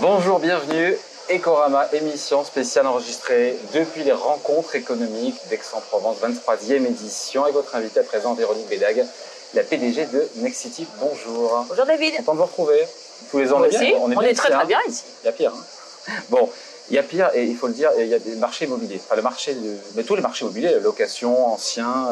Bonjour, bienvenue. Ecorama, émission spéciale enregistrée depuis les rencontres économiques d'Aix-en-Provence, 23e édition. Et votre invitée à présent, Véronique Bédag, la PDG de Nexity. Bonjour. Bonjour David. Content de vous retrouver. Tous les ans, on est bien. On est très très bien ici. Il y a pire. Bon, il y a pire, et il faut le dire, il y a des marchés immobiliers. Enfin, mais tous les marchés immobiliers, location, anciens,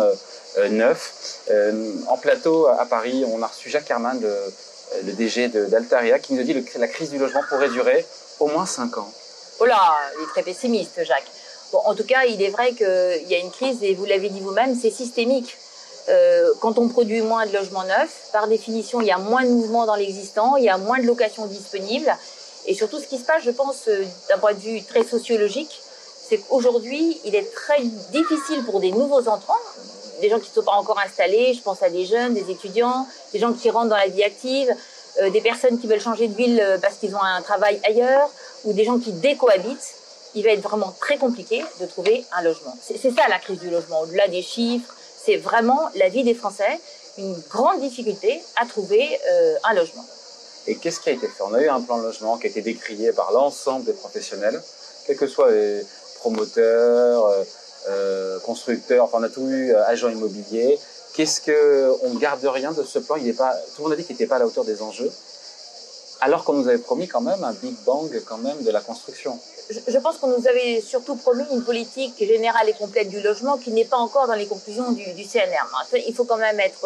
neufs. En plateau à Paris, on a reçu Jacques Herman, le DG d'Altaria, qui nous dit que la crise du logement pourrait durer au moins 5 ans. Oh là, il est très pessimiste, Jacques. Bon, en tout cas, il est vrai qu'il y a une crise, et vous l'avez dit vous-même, c'est systémique. Quand on produit moins de logements neufs, par définition, il y a moins de mouvements dans l'existant, il y a moins de locations disponibles. Et surtout, ce qui se passe, je pense, d'un point de vue très sociologique, c'est qu'aujourd'hui, il est très difficile pour des nouveaux entrants, des gens qui ne sont pas encore installés, je pense à des jeunes, des étudiants, des gens qui rentrent dans la vie active, des personnes qui veulent changer de ville parce qu'ils ont un travail ailleurs, ou des gens qui décohabitent. Il va être vraiment très compliqué de trouver un logement. C'est ça la crise du logement, au-delà des chiffres, c'est vraiment la vie des Français, une grande difficulté à trouver un logement. Et qu'est-ce qui a été fait? On a eu un plan de logement qui a été décrié par l'ensemble des professionnels, quels que soient les promoteurs, constructeurs, enfin on a tout eu, agents immobiliers. On ne garde rien de ce plan? Tout le monde a dit qu'il n'était pas à la hauteur des enjeux, alors qu'on nous avait promis quand même un Big Bang quand même de la construction. Je pense qu'on nous avait surtout promis une politique générale et complète du logement qui n'est pas encore dans les conclusions du CNR. Il faut quand même être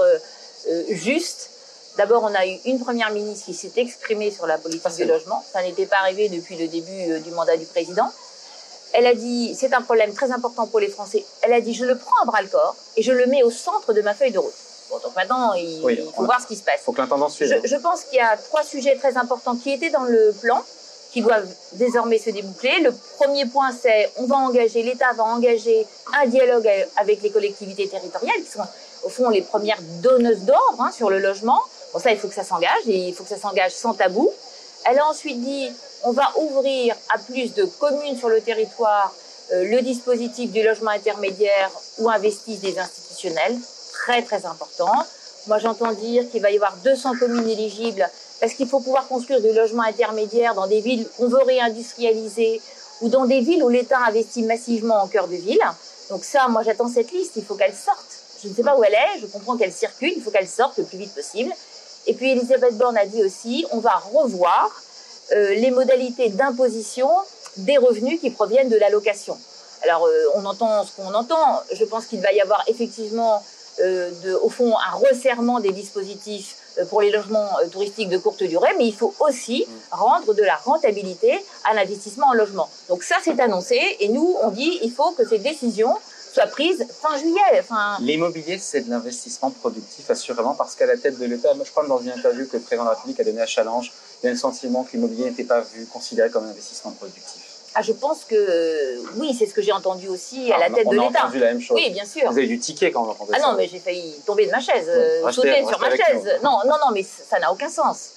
juste. D'abord, on a eu une première ministre qui s'est exprimée sur la politique du logement. Ça n'était pas arrivé depuis le début du mandat du président. Elle a dit, c'est un problème très important pour les Français. Elle a dit, je le prends à bras-le-corps et je le mets au centre de ma feuille de route. Bon, donc maintenant, il faut voir ce qui se passe. Il faut que l'intendance suive. Je pense qu'il y a 3 sujets très importants qui étaient dans le plan, qui doivent désormais se déboucler. Le premier point, c'est l'État va engager un dialogue avec les collectivités territoriales, qui sont au fond les premières donneuses d'ordre sur le logement. Bon, ça, il faut que ça s'engage, et il faut que ça s'engage sans tabou. Elle a ensuite dit, on va ouvrir à plus de communes sur le territoire le dispositif du logement intermédiaire où investissent des institutionnels. Très, très important. Moi, j'entends dire qu'il va y avoir 200 communes éligibles parce qu'il faut pouvoir construire du logement intermédiaire dans des villes qu'on veut réindustrialiser ou dans des villes où l'État investit massivement en cœur de ville. Donc ça, moi, j'attends cette liste. Il faut qu'elle sorte. Je ne sais pas où elle est. Je comprends qu'elle circule. Il faut qu'elle sorte le plus vite possible. Et puis, Elisabeth Borne a dit aussi, on va revoir les modalités d'imposition des revenus qui proviennent de la location. Alors, on entend ce qu'on entend. Je pense qu'il va y avoir effectivement, au fond, un resserrement des dispositifs pour les logements touristiques de courte durée, mais il faut aussi rendre de la rentabilité à l'investissement en logement. Donc ça, c'est annoncé, et nous, on dit il faut que ces décisions soient prises fin juillet. L'immobilier, c'est de l'investissement productif, assurément, parce qu'à la tête de l'État, je crois que dans une interview que le président de la République a donnée à Challenge, il y a le sentiment que l'immobilier n'était pas considéré comme un investissement productif. Ah, je pense que oui, c'est ce que j'ai entendu aussi à la tête de l'État. On a entendu la même chose. Oui, bien sûr. Vous avez du ticket quand vous entendez ça. Ah non, mais j'ai failli tomber de ma chaise, sauter sur ma chaise. Non, mais ça n'a aucun sens.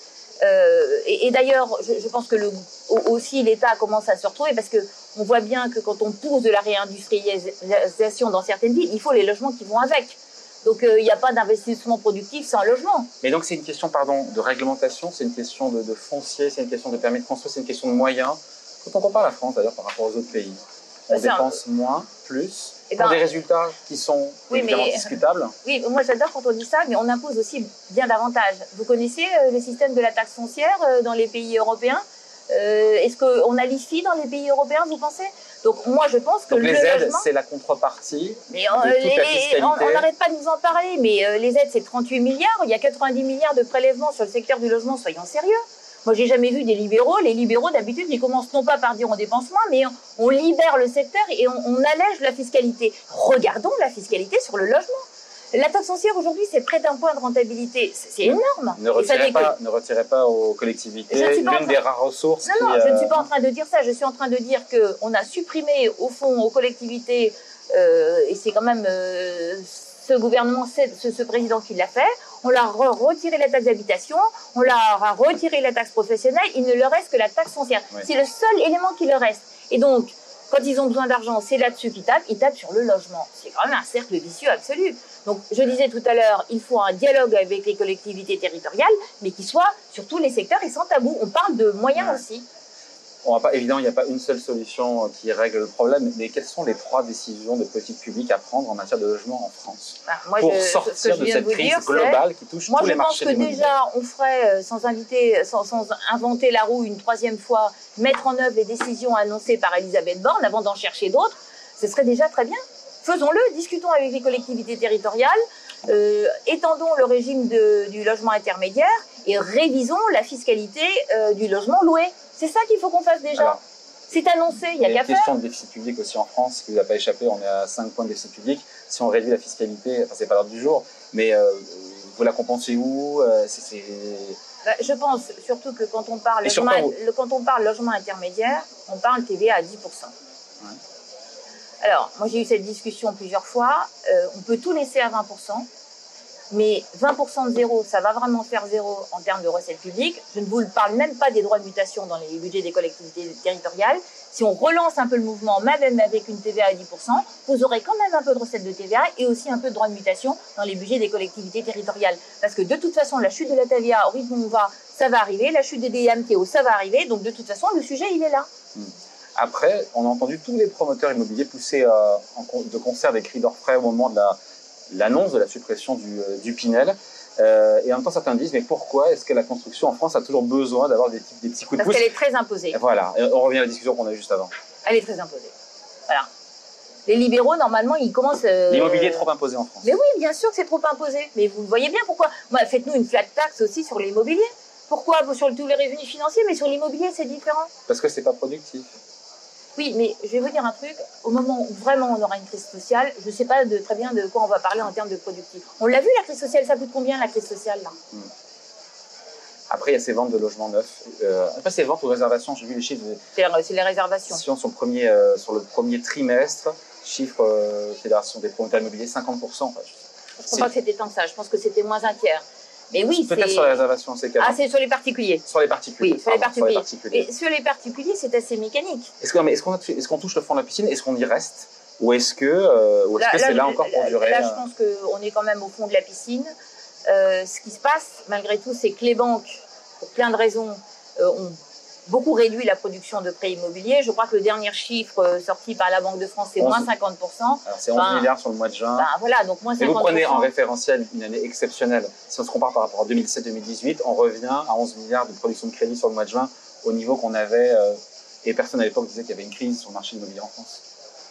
Et d'ailleurs, je pense que aussi l'État commence à se retrouver parce que on voit bien que quand on pousse de la réindustrialisation dans certaines villes, il faut les logements qui vont avec. Donc il n'y a pas d'investissement productif sans logement. Mais donc c'est une question, de réglementation, c'est une question de foncier, c'est une question de permis de construire, c'est une question de moyens. Quand on compare la France d'ailleurs par rapport aux autres pays, on dépense moins, plus, pour des résultats qui sont évidemment discutables. Oui, moi j'adore quand on dit ça, mais on impose aussi bien davantage. Vous connaissez le système de la taxe foncière dans les pays européens? Est-ce qu'on a l'IFI dans les pays européens, vous pensez? Donc moi je pense que les aides, c'est la contrepartie de toute la fiscalité. On n'arrête pas de nous en parler, mais les aides c'est 38 milliards, il y a 90 milliards de prélèvements sur le secteur du logement, soyons sérieux. Moi, j'ai jamais vu des libéraux. Les libéraux, d'habitude, ils commencent non pas par dire on dépense moins, mais on libère le secteur et on allège la fiscalité. Regardons la fiscalité sur le logement. La taxe foncière, aujourd'hui, c'est près d'1 point de rentabilité. C'est énorme. Ne retirez pas aux collectivités l'une des rares ressources. Non, je ne suis pas en train de dire ça. Je suis en train de dire qu'on a supprimé, au fond, aux collectivités, et c'est quand même ce gouvernement, ce président qui l'a fait, on leur a retiré la taxe d'habitation, on leur a retiré la taxe professionnelle, il ne leur reste que la taxe foncière. Oui. C'est le seul élément qui leur reste. Et donc, quand ils ont besoin d'argent, c'est là-dessus qu'ils tapent, ils tapent sur le logement. C'est quand même un cercle vicieux absolu. Donc, je disais tout à l'heure, il faut un dialogue avec les collectivités territoriales, mais qui soit sur tous les secteurs et sans tabou. On parle de moyens aussi. on va pas, évidemment, il n'y a pas une seule solution qui règle le problème, mais quelles sont les 3 décisions de politique publique à prendre en matière de logement en France pour sortir de cette crise globale qui touche tous les marchés de l'immobilier? Moi, je pense que déjà, on ferait, sans inventer la roue une 3e fois, mettre en œuvre les décisions annoncées par Elisabeth Borne avant d'en chercher d'autres. Ce serait déjà très bien. Faisons-le, discutons avec les collectivités territoriales, étendons le régime du logement intermédiaire et révisons la fiscalité du logement loué. C'est ça qu'il faut qu'on fasse déjà. C'est annoncé, il n'y a qu'à faire. Il y a une question de déficit public aussi en France qui ne vous a pas échappé. On est à 5 points de déficit public. Si on réduit la fiscalité, enfin, c'est pas l'ordre du jour, mais vous la compensez où? Je pense surtout que quand on parle logement intermédiaire, on parle TVA à 10%. Ouais. Alors, moi j'ai eu cette discussion plusieurs fois. On peut tout laisser à 20%. Mais 20% de zéro, ça va vraiment faire zéro en termes de recettes publiques. Je ne vous parle même pas des droits de mutation dans les budgets des collectivités territoriales. Si on relance un peu le mouvement, même avec une TVA à 10%, vous aurez quand même un peu de recettes de TVA et aussi un peu de droits de mutation dans les budgets des collectivités territoriales. Parce que de toute façon, la chute de la TVA au rythme où on va, ça va arriver. La chute des DMTO, ça va arriver. Donc de toute façon, le sujet, il est là. Après, on a entendu tous les promoteurs immobiliers pousser de concert des cris d'orfraie au moment de l'annonce de la suppression du Pinel. Et en même temps, certains disent, mais pourquoi est-ce que la construction en France a toujours besoin d'avoir des petits coups de pouce? Parce qu'elle est très imposée. Et voilà, et on revient à la discussion qu'on a eue juste avant. Elle est très imposée. Voilà. Les libéraux, normalement, ils commencent... L'immobilier est trop imposé en France. Mais oui, bien sûr que c'est trop imposé. Mais vous voyez bien pourquoi. Faites-nous une flat tax aussi sur l'immobilier. Pourquoi sur tous les revenus financiers, mais sur l'immobilier, c'est différent? Parce que c'est pas productif. Oui, mais je vais vous dire un truc, au moment où vraiment on aura une crise sociale, je ne sais pas très bien de quoi on va parler en termes de productif. On l'a vu, la crise sociale, ça coûte combien la crise sociale là? Après, il y a ces ventes de logements neufs. Après, ces ventes ou réservations, j'ai vu les chiffres. C'est les réservations. Sur le premier trimestre, chiffre Fédération des promoteurs immobiliers, 50%. Je ne crois pas que c'était tant que ça, je pense que c'était moins un tiers. Mais oui, peut-être sur les réservations, c'est quand même. Ah, c'est sur les particuliers. Sur les particuliers. Oui, sur les particuliers. Et sur les particuliers, c'est assez mécanique. Est-ce qu'on touche le fond de la piscine? Est-ce qu'on y reste? Ou est-ce que c'est là encore pour durer? Là, je pense qu'on est quand même au fond de la piscine. Ce qui se passe, malgré tout, c'est que les banques, pour plein de raisons, ont beaucoup réduit la production de prêts immobiliers. Je crois que le dernier chiffre sorti par la Banque de France, c'est moins 50%. Alors, c'est 11 milliards sur le mois de juin. Voilà, donc moins 50%. Et vous prenez en référentiel une année exceptionnelle. Si on se compare par rapport à 2017-2018, on revient à 11 milliards de production de crédit sur le mois de juin, au niveau qu'on avait, et personne à l'époque disait qu'il y avait une crise sur le marché immobilier en France.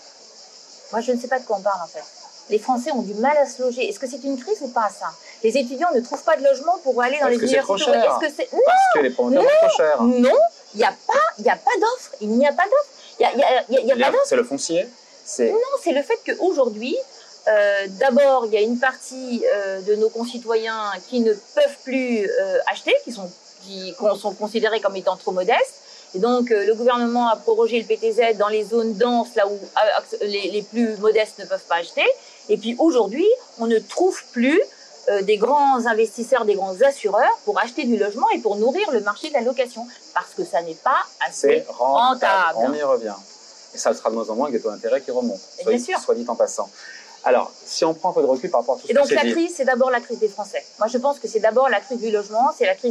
Moi, je ne sais pas de quoi on parle en fait. Les Français ont du mal à se loger. Est-ce que c'est une crise ou pas ça? Les étudiants ne trouvent pas de logement pour aller dans les universités. Est-ce que c'est trop cher? Parce que les promoteurs sont trop chers. Non, il n'y a pas d'offre. Il n'y a pas d'offre. Il y a pas d'offre. C'est le foncier? Non, c'est le fait qu'aujourd'hui, d'abord, il y a une partie de nos concitoyens qui ne peuvent plus acheter, qui sont considérés comme étant trop modestes. Et donc, le gouvernement a prorogé le PTZ dans les zones denses, là où les plus modestes ne peuvent pas acheter. Et puis aujourd'hui, on ne trouve plus des grands investisseurs, des grands assureurs pour acheter du logement et pour nourrir le marché de la location. Parce que ça n'est pas assez rentable. On y revient. Et ça sera de moins en moins avec des taux d'intérêt qui remontent. Soit dit en passant. Alors, si on prend un peu de recul par rapport à tout ce que donc la crise, c'est d'abord la crise des Français. Moi, je pense que c'est d'abord la crise du logement, c'est la crise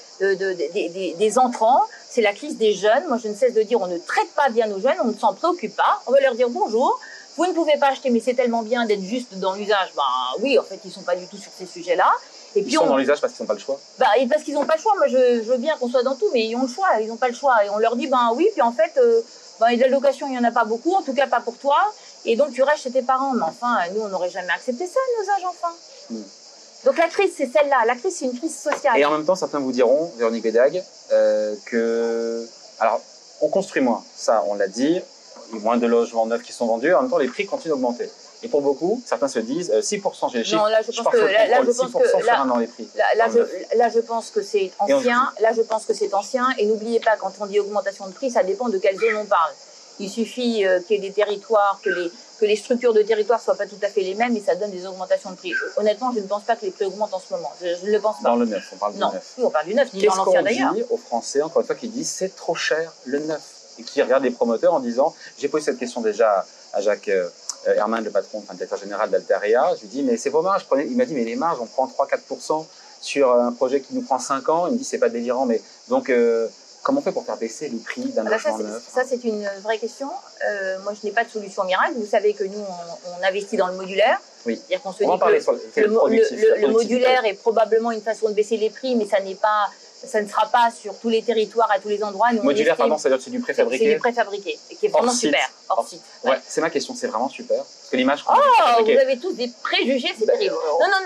des entrants, c'est la crise des jeunes. Moi, je ne cesse de dire, on ne traite pas bien nos jeunes, on ne s'en préoccupe pas. On va leur dire bonjour, vous ne pouvez pas acheter, mais c'est tellement bien d'être juste dans l'usage. Oui, en fait, ils ne sont pas du tout sur ces sujets-là. Et puis ils sont dans l'usage parce qu'ils n'ont pas le choix. Et parce qu'ils n'ont pas le choix. Moi, je veux bien qu'on soit dans tout, mais ils ont le choix. Ils n'ont pas le choix. Et on leur dit, oui, puis en fait, de la location, il n'y en a pas beaucoup, en tout cas pas pour toi. Et donc, tu restes chez tes parents. Mais enfin, nous, on n'aurait jamais accepté ça, nos âges enfants. Donc, la crise, c'est celle-là. La crise, c'est une crise sociale. Et en même temps, certains vous diront, Véronique Bédag, que... Alors, on construit moins. Ça, on l'a dit. Il y a moins de logements neufs qui sont vendus. En même temps, les prix continuent d'augmenter. Et pour beaucoup, certains se disent 6%, j'ai les chiffres. Non, là, je pense que 6% sur un an les prix. Là, je pense que c'est ancien. Là, je pense que c'est ancien. Et n'oubliez pas, quand on dit augmentation de prix, ça dépend de quelle zone on parle. Il suffit qu'il y ait des territoires, que les structures de territoire soient pas tout à fait les mêmes et ça donne des augmentations de prix. Honnêtement, je ne pense pas que les prix augmentent en ce moment. Je ne le pense pas. Dans le neuf, on parle du neuf. Oui, on parle du neuf, ni dans l'ancien d'ailleurs. Qu'est-ce qu'on dit aux Français, encore une fois, qui disent c'est trop cher le neuf et qui regardent les promoteurs en disant, j'ai posé cette question déjà à Jacques Herman, le patron, le directeur général d'Altaria. Je lui dis, mais c'est vos marges. Il m'a dit, mais les marges, on prend 3-4% sur un projet qui nous prend 5 ans. Il me dit, c'est pas délirant, mais donc Comment on fait pour faire baisser le prix d'un logement neuf? Ça, c'est une vraie question. Moi, je n'ai pas de solution miracle. Vous savez que nous, on investit dans le modulaire. Oui. C'est-à-dire qu'on se dit On va parler sur le modulaire est probablement une façon de baisser les prix, mais ça ne sera pas sur tous les territoires, à tous les endroits. Nous, modulaire, pardon, c'est-à-dire que c'est du préfabriqué? C'est du préfabriqué, qui est vraiment super. Hors site. Ouais, c'est ma question, c'est vraiment super. Parce que l'image. Oh, vous avez tous des préjugés, c'est terrible.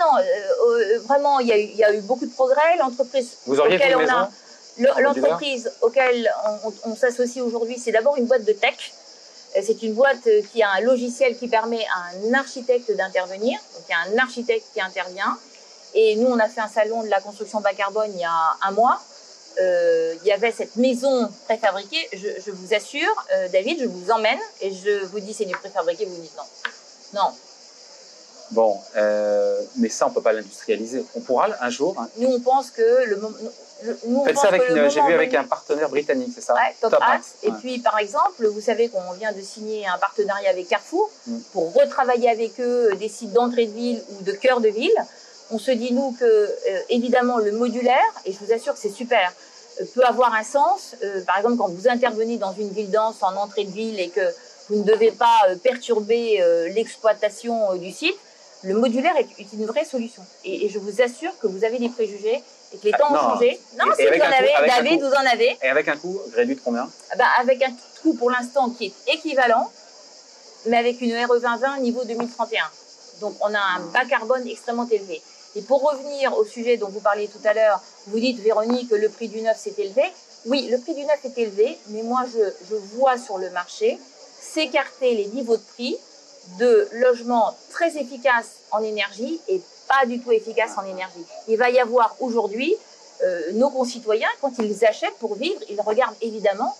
Non, vraiment, il y a eu beaucoup de progrès. L'entreprise. Vous auriez fait une maison? L'entreprise auquel on s'associe aujourd'hui, c'est d'abord une boîte de tech. C'est une boîte qui a un logiciel qui permet à un architecte d'intervenir. Donc, il y a un architecte qui intervient. Et nous, on a fait un salon de la construction bas carbone il y a un mois. Il y avait cette maison préfabriquée. Je vous assure, David, je vous emmène et je vous dis c'est du préfabriqué, vous me dites non. Non. Bon, mais ça, on ne peut pas l'industrialiser. On pourra un jour. Hein. Nous, on pense que le moment. Faites ça avec j'ai vu avec un partenaire britannique, c'est ça? Ouais, Top Hats. Et puis, par exemple, vous savez qu'on vient de signer un partenariat avec Carrefour pour retravailler avec eux des sites d'entrée de ville ou de cœur de ville. On se dit, nous, que évidemment, le modulaire, et je vous assure que c'est super, peut avoir un sens. Par exemple, quand vous intervenez dans une ville dense en entrée de ville et que vous ne devez pas perturber l'exploitation du site, le modulaire est une vraie solution. Et je vous assure que vous avez des préjugés et que les temps ont changé. Non, si vous en avez, David, vous en avez. Et avec un coût réduit de combien? Avec un coût pour l'instant qui est équivalent, mais avec une RE 2020 niveau 2031. Donc, on a un bas carbone extrêmement élevé. Et pour revenir au sujet dont vous parliez tout à l'heure, vous dites, Véronique, que le prix du neuf s'est élevé. Oui, le prix du neuf est élevé, mais moi, je vois sur le marché s'écarter les niveaux de prix de logements très efficaces en énergie et pas du tout efficaces en énergie. Il va y avoir aujourd'hui, nos concitoyens, quand ils achètent pour vivre, ils regardent évidemment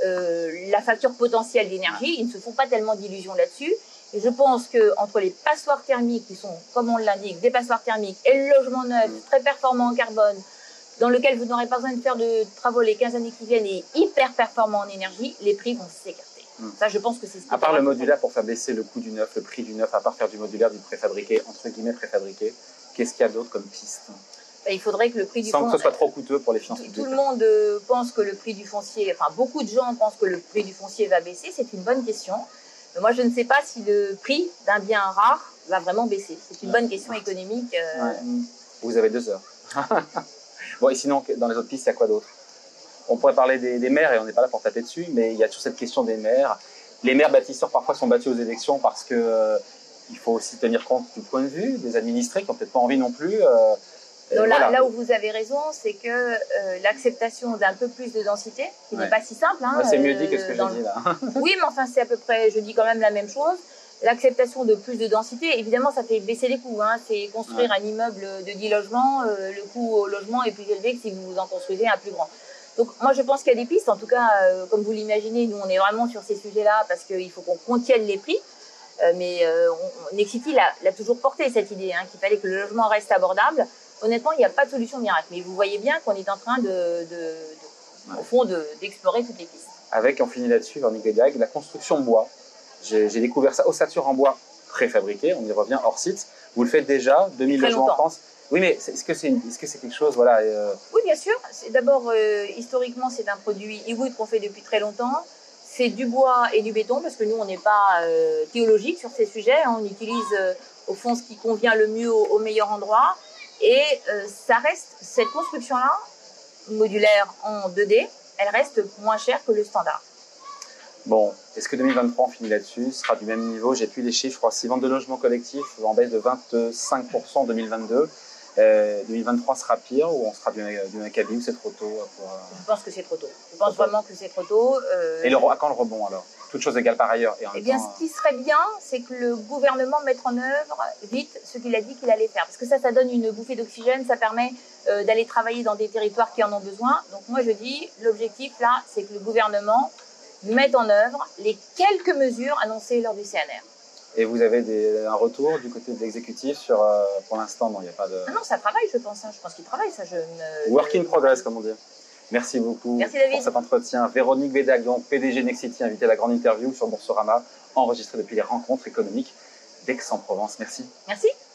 la facture potentielle d'énergie. Ils ne se font pas tellement d'illusions là-dessus. Et je pense qu'entre les passoires thermiques, qui sont, comme on l'indique, des passoires thermiques, et le logement neuf, très performant en carbone, dans lequel vous n'aurez pas besoin de faire de travaux les 15 années qui viennent et hyper performant en énergie, les prix vont s'écarter. Ça, je pense que c'est ce qui à part le modulaire pour faire baisser le coût du neuf, le prix du neuf, à part faire du modulaire, du préfabriqué, entre guillemets préfabriqué, qu'est-ce qu'il y a d'autre comme piste? Il faudrait que le prix du foncier... Sans que ce soit trop coûteux pour les finances publiques. Tout le monde pense que le prix du foncier, enfin beaucoup de gens pensent que le prix du foncier va baisser, c'est une bonne question. Mais moi, je ne sais pas si le prix d'un bien rare va vraiment baisser. C'est une bonne question économique. Vous avez 2 heures. Bon, et sinon, dans les autres pistes, il y a quoi d'autre? On pourrait parler des maires, et on n'est pas là pour taper dessus, mais il y a toujours cette question des maires. Les maires bâtisseurs, parfois, sont battus aux élections parce que il faut aussi tenir compte du point de vue des administrés qui n'ont peut-être pas envie non plus. Là où vous avez raison, c'est que l'acceptation d'un peu plus de densité, qui n'est pas si simple. Hein, c'est mieux dit que ce que j'ai dit là. Oui, mais enfin, c'est à peu près, je dis quand même la même chose. L'acceptation de plus de densité, évidemment, ça fait baisser les coûts. Hein. C'est construire un immeuble de 10 logements, le coût au logement est plus élevé que si vous en construisez un plus grand. Donc moi, je pense qu'il y a des pistes. En tout cas, comme vous l'imaginez, nous, on est vraiment sur ces sujets-là parce qu'il faut qu'on contienne les prix. Mais Nexity l'a toujours porté, cette idée, hein, qu'il fallait que le logement reste abordable. Honnêtement, il n'y a pas de solution miracle. Mais vous voyez bien qu'on est en train au fond, d'explorer toutes les pistes. Avec, on finit là-dessus, Véronique Bédag, la construction bois. J'ai découvert ça, ossature en bois préfabriqué, on y revient hors site. Vous le faites déjà, 2000 logements en France. Oui, mais est-ce que c'est quelque chose, voilà Oui, bien sûr. D'abord, historiquement, c'est un produit e-wood qu'on fait depuis très longtemps. C'est du bois et du béton, parce que nous, on n'est pas théologique sur ces sujets. Hein. On utilise, au fond, ce qui convient le mieux au meilleur endroit. Et ça reste, cette construction-là, modulaire en 2D, elle reste moins chère que le standard. Bon, est-ce que 2023, on finit là-dessus, sera du même niveau? J'ai plus les chiffres, je crois, 6 ventes de logements collectifs en baisse de 25% en 2022. 2023 sera pire ou on sera du même acabit ou c'est trop tôt Je pense que c'est trop tôt. Je pense vraiment que c'est trop tôt. Et à quand le rebond alors? Toutes choses égales par ailleurs. Et en eh bien, ce qui serait bien, c'est que le gouvernement mette en œuvre vite ce qu'il a dit qu'il allait faire. Parce que ça donne une bouffée d'oxygène, ça permet d'aller travailler dans des territoires qui en ont besoin. Donc moi, je dis, l'objectif là, c'est que le gouvernement mette en œuvre les quelques mesures annoncées lors du CNR. Et vous avez un retour du côté de l'exécutif sur, pour l'instant, non, il n'y a pas de... Ah non, ça travaille, je pense. Hein. Je pense qu'il travaille, ça. Work in progress, comme on dit. Merci beaucoup pour cet entretien. Véronique Bédag, donc PDG Nexity, invitée à la grande interview sur Boursorama, enregistrée depuis les rencontres économiques d'Aix-en-Provence. Merci. Merci.